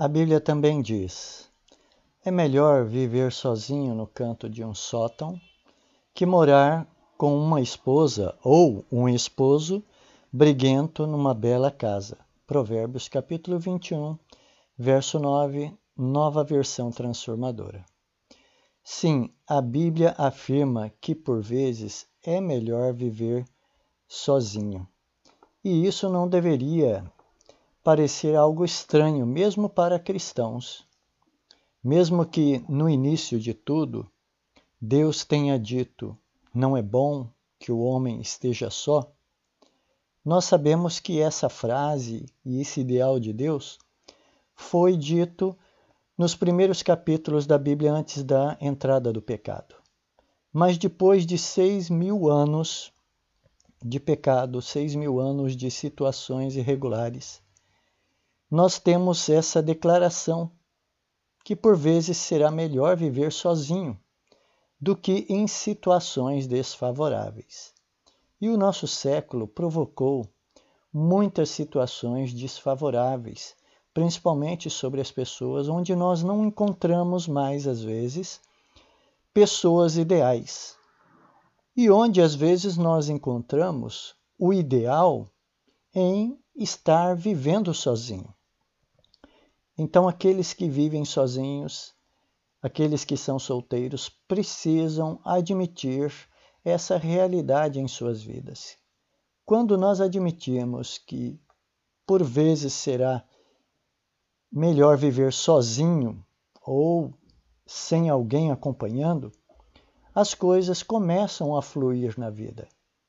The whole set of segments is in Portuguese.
A Bíblia também diz: é melhor viver sozinho no canto de um sótão que morar com uma esposa ou um esposo briguento numa bela casa. Provérbios capítulo 21, verso 9, nova versão transformadora. Sim, a Bíblia afirma que por vezes é melhor viver sozinho. E isso não deveria parecer algo estranho, mesmo para cristãos. Mesmo que no início de tudo, Deus tenha dito: não é bom que o homem esteja só, nós sabemos que essa frase e esse ideal de Deus foi dito nos primeiros capítulos da Bíblia antes da entrada do pecado. Mas depois de 6.000 anos de pecado, 6.000 anos de situações irregulares, nós temos essa declaração que por vezes será melhor viver sozinho do que em situações desfavoráveis. E o nosso século provocou muitas situações desfavoráveis, principalmente sobre as pessoas, onde nós não encontramos mais, às vezes, pessoas ideais. E onde, às vezes, nós encontramos o ideal em estar vivendo sozinho. Então, aqueles que vivem sozinhos, aqueles que são solteiros, precisam admitir essa realidade em suas vidas. Quando nós admitimos que, por vezes, será melhor viver sozinho ou sem alguém acompanhando, as coisas começam a fluir na vida.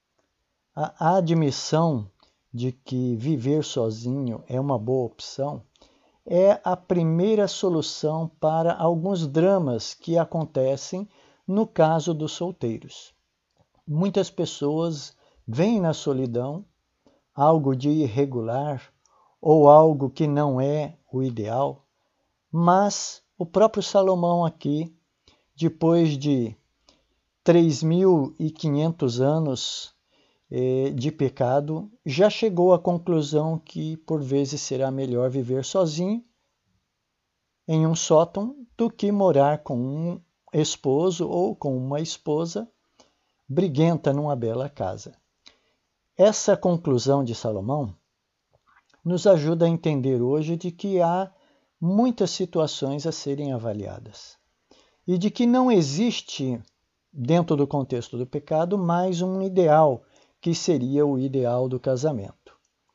A admissão de que viver sozinho é uma boa opção é a primeira solução para alguns dramas que acontecem no caso dos solteiros. Muitas pessoas veem na solidão algo de irregular ou algo que não é o ideal, mas o próprio Salomão aqui, depois de 3.500 anos de pecado, já chegou à conclusão que por vezes será melhor viver sozinho em um sótão do que morar com um esposo ou com uma esposa briguenta numa bela casa. Essa conclusão de Salomão nos ajuda a entender hoje de que há muitas situações a serem avaliadas e de que não existe, dentro do contexto do pecado, mais um ideal, que seria o ideal do casamento.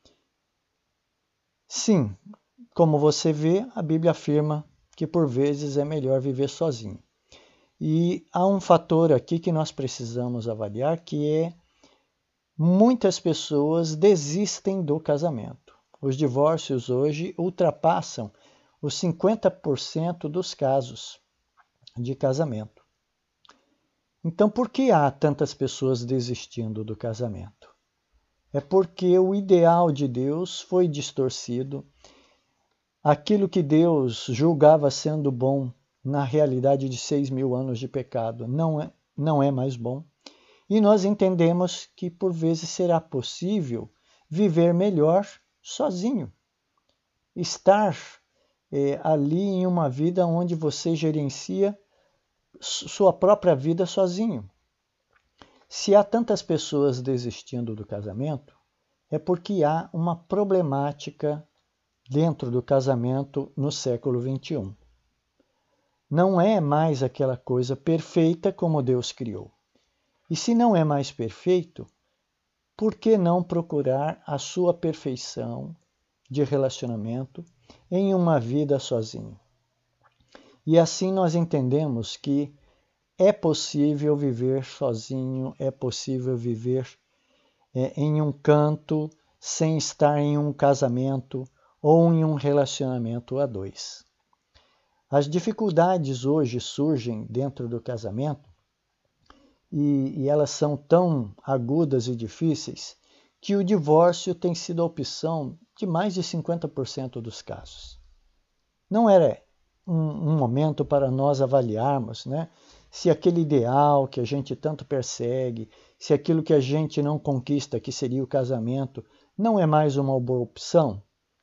Sim, como você vê, a Bíblia afirma que por vezes é melhor viver sozinho. E há um fator aqui que nós precisamos avaliar, que é muitas pessoas desistem do casamento. Os divórcios hoje ultrapassam os 50% dos casos de casamento. Então, por que há tantas pessoas desistindo do casamento? É porque o ideal de Deus foi distorcido. Aquilo que Deus julgava sendo bom, na realidade de 6.000 anos de pecado, não é mais bom. E nós entendemos que por vezes será possível viver melhor sozinho. Estar ali em uma vida onde você gerencia sua própria vida sozinho. Se há tantas pessoas desistindo do casamento, é porque há uma problemática dentro do casamento no século XXI. Não é mais aquela coisa perfeita como Deus criou. E se não é mais perfeito, por que não procurar a sua perfeição de relacionamento em uma vida sozinho? E assim nós entendemos que é possível viver sozinho, é possível viver em um canto, sem estar em um casamento ou em um relacionamento a dois. As dificuldades hoje surgem dentro do casamento e elas são tão agudas e difíceis que o divórcio tem sido a opção de mais de 50% dos casos. Não era um momento para nós avaliarmos, se aquele ideal que a gente tanto persegue, se aquilo que a gente não conquista, que seria o casamento, não é mais uma boa opção?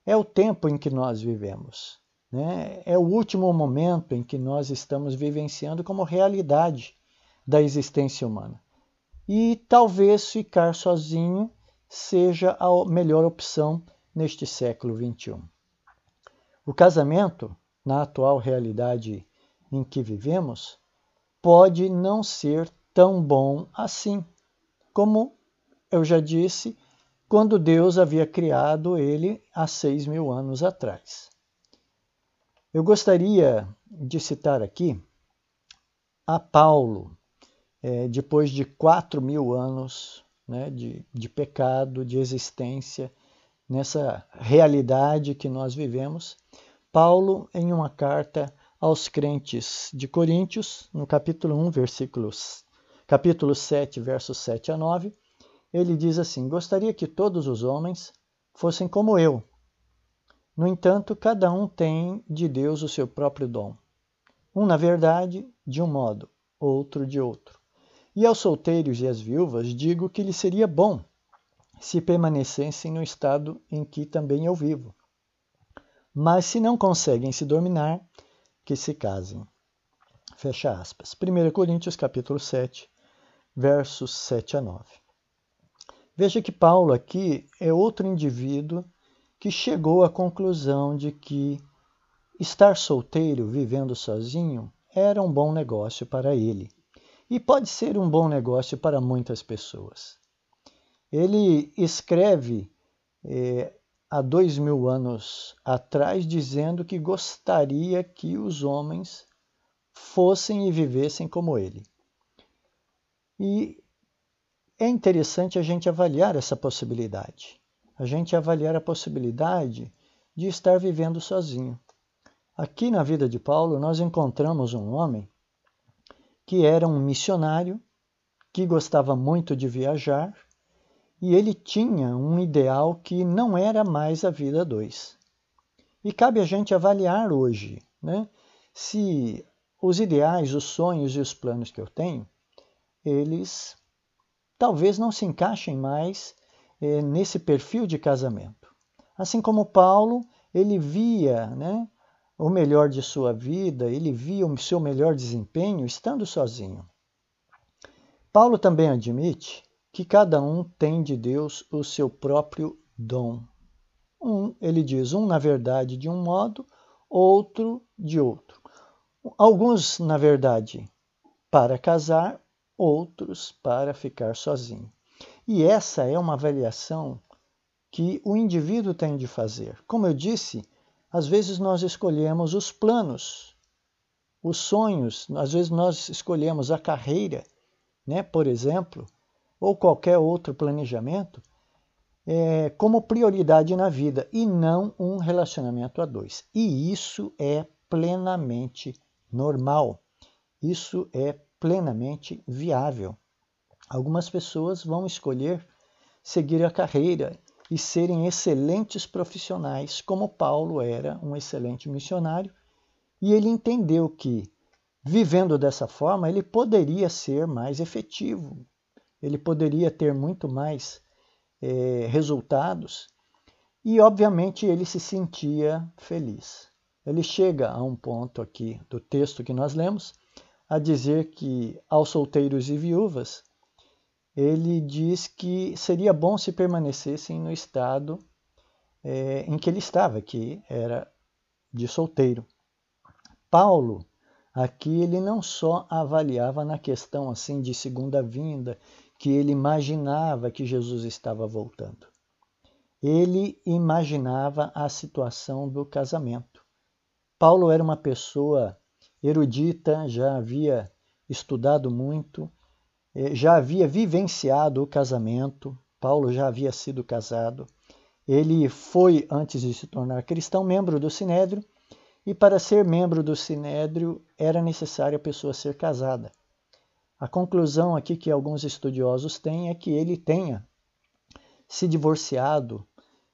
é o tempo em que nós vivemos, né? É o último momento em que nós estamos vivenciando como realidade da existência humana. E talvez ficar sozinho seja a melhor opção neste século XXI. O casamento, na atual realidade em que vivemos, pode não ser tão bom assim, como eu já disse, quando Deus havia criado ele há 6.000 anos atrás. Eu gostaria de citar aqui a Paulo, depois de 4.000 anos, né, de pecado, de existência, nessa realidade que nós vivemos. Paulo, em uma carta aos crentes de Coríntios, no capítulo 1, capítulo 7, versos 7 a 9, ele diz assim: gostaria que todos os homens fossem como eu. No entanto, cada um tem de Deus o seu próprio dom. Um, na verdade, de um modo, outro de outro. E aos solteiros e às viúvas digo que lhes seria bom se permanecessem no estado em que também eu vivo. Mas se não conseguem se dominar, que se casem. Fecha aspas. 1 Coríntios capítulo 7, versos 7 a 9. Veja que Paulo aqui é outro indivíduo que chegou à conclusão de que estar solteiro, vivendo sozinho, era um bom negócio para ele. E pode ser um bom negócio para muitas pessoas. Ele escreve há 2.000 anos atrás, dizendo que gostaria que os homens fossem e vivessem como ele. E é interessante a gente avaliar essa possibilidade. A gente avaliar a possibilidade de estar vivendo sozinho. Aqui na vida de Paulo, nós encontramos um homem que era um missionário, que gostava muito de viajar, e ele tinha um ideal que não era mais a vida a dois. E cabe a gente avaliar hoje, né, se os ideais, os sonhos e os planos que eu tenho, eles talvez não se encaixem mais nesse perfil de casamento. Assim como Paulo, ele via, né, o melhor de sua vida, ele via o seu melhor desempenho estando sozinho. Paulo também admite que cada um tem de Deus o seu próprio dom. Ele diz, na verdade de um modo, outro de outro. Alguns, na verdade, para casar, outros para ficar sozinho. E essa é uma avaliação que o indivíduo tem de fazer. Como eu disse, às vezes nós escolhemos os planos, os sonhos, às vezes nós escolhemos a carreira, né, por exemplo, ou qualquer outro planejamento, como prioridade na vida e não um relacionamento a dois. E isso é plenamente normal. Isso é plenamente viável. Algumas pessoas vão escolher seguir a carreira e serem excelentes profissionais, como Paulo era um excelente missionário, e ele entendeu que, vivendo dessa forma, ele poderia ser mais efetivo, ele poderia ter muito mais resultados, e obviamente ele se sentia feliz. Ele chega a um ponto aqui do texto que nós lemos, a dizer que aos solteiros e viúvas, ele diz que seria bom se permanecessem no estado em que ele estava, que era de solteiro. Paulo, aqui ele não só avaliava na questão assim de segunda vinda, que ele imaginava que Jesus estava voltando. Ele imaginava a situação do casamento. Paulo era uma pessoa erudita, já havia estudado muito, já havia vivenciado o casamento. Paulo já havia sido casado. Ele foi, antes de se tornar cristão, membro do Sinédrio, e para ser membro do Sinédrio era necessário a pessoa ser casada. A conclusão aqui que alguns estudiosos têm é que ele tenha se divorciado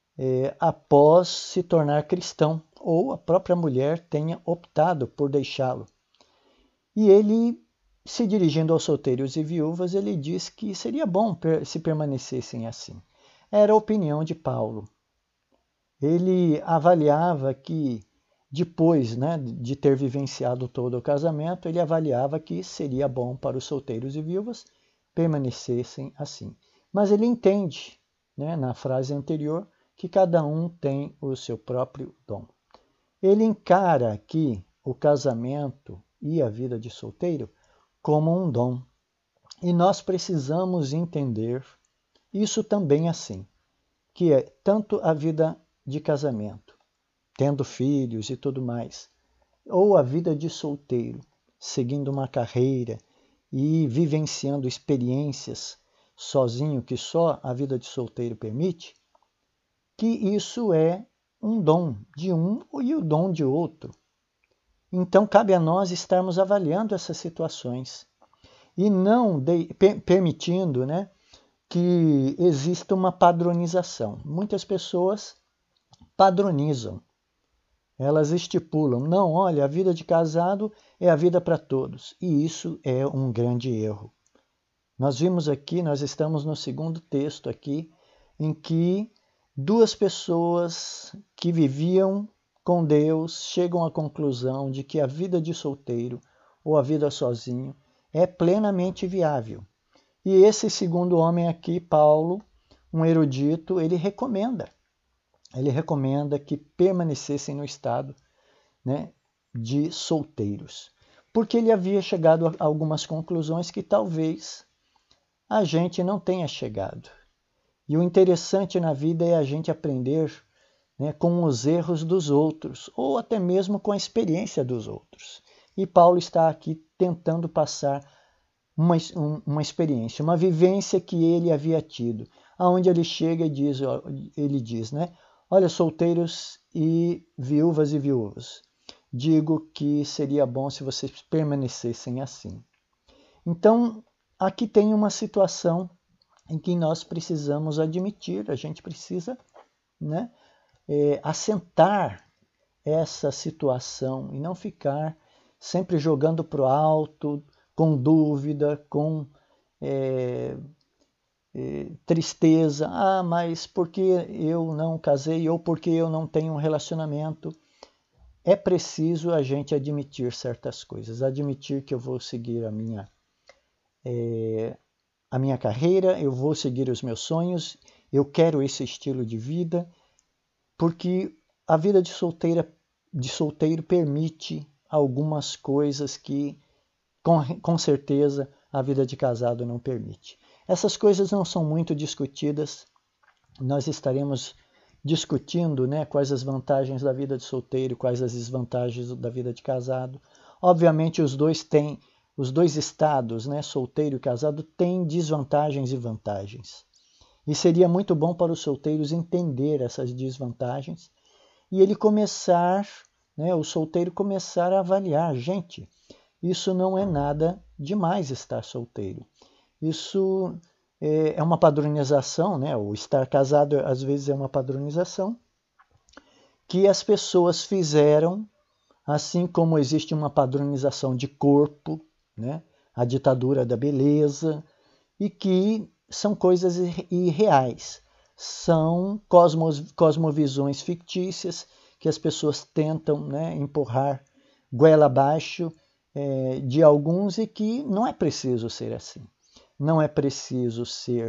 após se tornar cristão, ou a própria mulher tenha optado por deixá-lo. E ele, se dirigindo aos solteiros e viúvas, ele diz que seria bom se permanecessem assim. Era a opinião de Paulo. ele avaliava que depois, né, de ter vivenciado todo o casamento, ele avaliava que seria bom para os solteiros e viúvas permanecessem assim. Mas ele entende, né, na frase anterior, que cada um tem o seu próprio dom. Ele encara aqui o casamento e a vida de solteiro como um dom. E nós precisamos entender isso também assim, que é tanto a vida de casamento, tendo filhos e tudo mais, ou a vida de solteiro, seguindo uma carreira e vivenciando experiências sozinho que só a vida de solteiro permite, que isso é um dom de um e o dom de outro. Então cabe a nós estarmos avaliando essas situações e não permitindo, né, que exista uma padronização. Muitas pessoas padronizam. Elas estipulam, não, olha, a vida de casado é a vida para todos. E isso é um grande erro. Nós vimos aqui, nós estamos no segundo texto aqui, em que duas pessoas que viviam com Deus chegam à conclusão de que a vida de solteiro ou a vida sozinho é plenamente viável. E esse segundo homem aqui, Paulo, um erudito, ele recomenda que permanecessem no estado, né, de solteiros. Porque ele havia chegado a algumas conclusões que talvez a gente não tenha chegado. E o interessante na vida é a gente aprender, né, com os erros dos outros, ou até mesmo com a experiência dos outros. E Paulo está aqui tentando passar uma experiência, uma vivência que ele havia tido, aonde ele chega e diz, ele diz, né? Olha, solteiros e viúvas, digo que seria bom se vocês permanecessem assim. Então, aqui tem uma situação em que nós precisamos admitir, a gente precisa, né, assentar essa situação e não ficar sempre jogando para o alto, com dúvida, com tristeza. Ah, mas por que eu não casei ou porque eu não tenho um relacionamento? É preciso a gente admitir certas coisas, admitir que eu vou seguir a minha carreira, eu vou seguir os meus sonhos, eu quero esse estilo de vida, porque a vida de solteiro permite algumas coisas que com certeza a vida de casado não permite. Essas coisas não são muito discutidas, nós estaremos discutindo, né, quais as vantagens da vida de solteiro, quais as desvantagens da vida de casado. Obviamente os dois estados, né, solteiro e casado, têm desvantagens e vantagens. E seria muito bom para os solteiros entender essas desvantagens e ele começar, né, o solteiro começar a avaliar, gente, isso não é nada demais estar solteiro. Isso é uma padronização, né? O estar casado às vezes é uma padronização que as pessoas fizeram, assim como existe uma padronização de corpo, né? A ditadura da beleza, e que são coisas irreais, são cosmovisões fictícias que as pessoas tentam, né, empurrar goela abaixo de alguns e que não é preciso ser assim. Não é preciso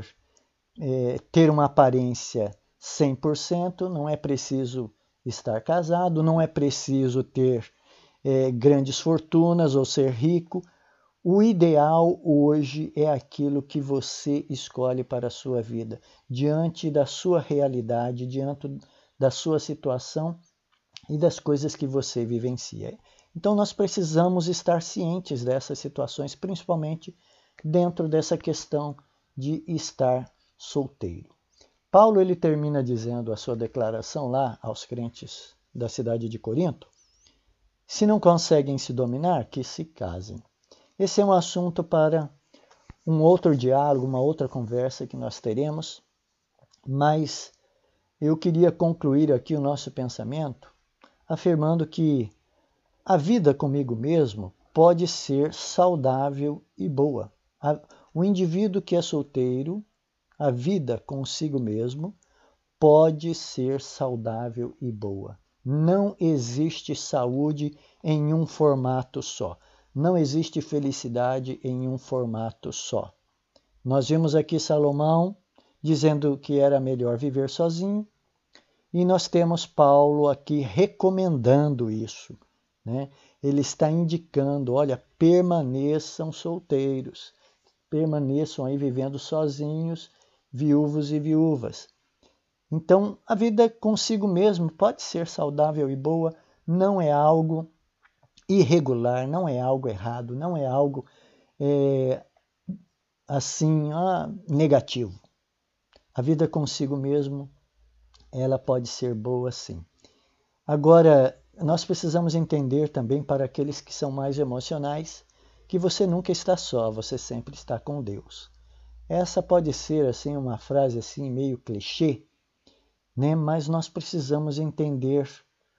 ter uma aparência 100%, não é preciso estar casado, não é preciso ter grandes fortunas ou ser rico. O ideal hoje é aquilo que você escolhe para a sua vida, diante da sua realidade, diante da sua situação e das coisas que você vivencia. Então nós precisamos estar cientes dessas situações, principalmente dentro dessa questão de estar solteiro. Paulo ele termina dizendo a sua declaração lá aos crentes da cidade de Corinto: se não conseguem se dominar, que se casem. Esse é um assunto para um outro diálogo, uma outra conversa que nós teremos, mas eu queria concluir aqui o nosso pensamento afirmando que a vida comigo mesmo pode ser saudável e boa. O indivíduo que é solteiro, a vida consigo mesmo, pode ser saudável e boa. Não existe saúde em um formato só. Não existe felicidade em um formato só. Nós vimos aqui Salomão dizendo que era melhor viver sozinho, e nós temos Paulo aqui recomendando isso, né? Ele está indicando, olha, permaneçam solteiros, permaneçam aí vivendo sozinhos, viúvos e viúvas. Então, a vida consigo mesmo pode ser saudável e boa, não é algo irregular, não é algo errado, não é algo negativo. A vida consigo mesmo, ela pode ser boa sim. Agora, nós precisamos entender também, para aqueles que são mais emocionais, que você nunca está só, você sempre está com Deus. Essa pode ser assim uma frase assim meio clichê, né? Mas nós precisamos entender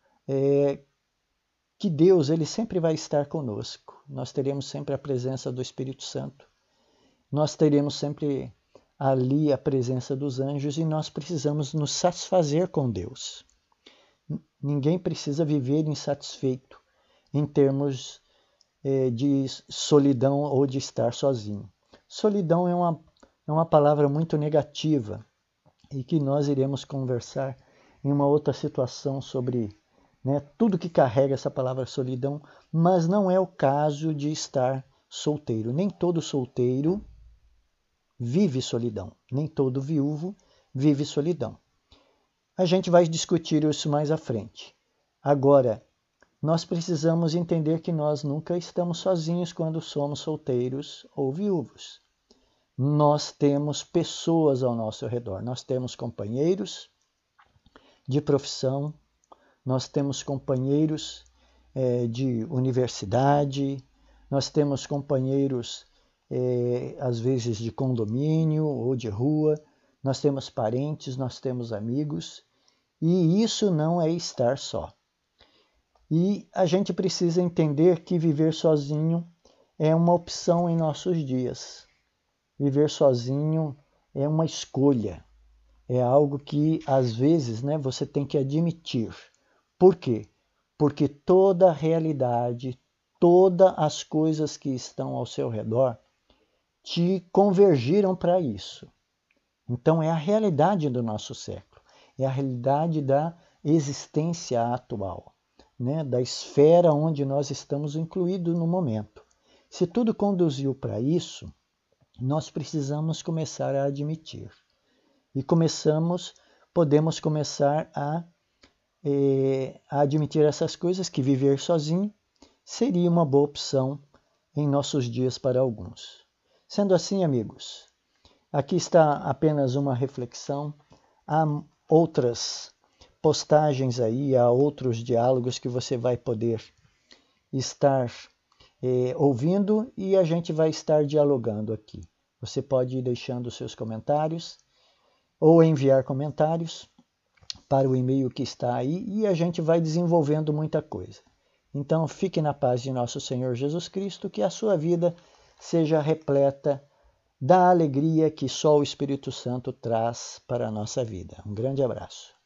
que Deus ele sempre vai estar conosco. Nós teremos sempre a presença do Espírito Santo. Nós teremos sempre ali a presença dos anjos e nós precisamos nos satisfazer com Deus. Ninguém precisa viver insatisfeito em termos de solidão ou de estar sozinho. Solidão é uma palavra muito negativa e que nós iremos conversar em uma outra situação sobre tudo que carrega essa palavra solidão, mas não é o caso de estar solteiro. Nem todo solteiro vive solidão, nem todo viúvo vive solidão. A gente vai discutir isso mais à frente. Agora, nós precisamos entender que nós nunca estamos sozinhos quando somos solteiros ou viúvos. Nós temos pessoas ao nosso redor, nós temos companheiros de profissão, nós temos companheiros de universidade, nós temos companheiros, às vezes, de condomínio ou de rua, nós temos parentes, nós temos amigos, e isso não é estar só. E a gente precisa entender que viver sozinho é uma opção em nossos dias. Viver sozinho é uma escolha, é algo que às vezes você tem que admitir. Por quê? Porque toda a realidade, todas as coisas que estão ao seu redor te convergiram para isso. Então é a realidade do nosso século, é a realidade da existência atual, da esfera onde nós estamos incluídos no momento. Se tudo conduziu para isso, nós precisamos começar a admitir. E podemos começar a admitir essas coisas, que viver sozinho seria uma boa opção em nossos dias para alguns. Sendo assim, amigos, aqui está apenas uma reflexão. Há outras postagens aí, há outros diálogos que você vai poder estar ouvindo e a gente vai estar dialogando aqui. Você pode ir deixando seus comentários ou enviar comentários para o e-mail que está aí e a gente vai desenvolvendo muita coisa. Então, fique na paz de nosso Senhor Jesus Cristo, que a sua vida seja repleta da alegria que só o Espírito Santo traz para a nossa vida. Um grande abraço.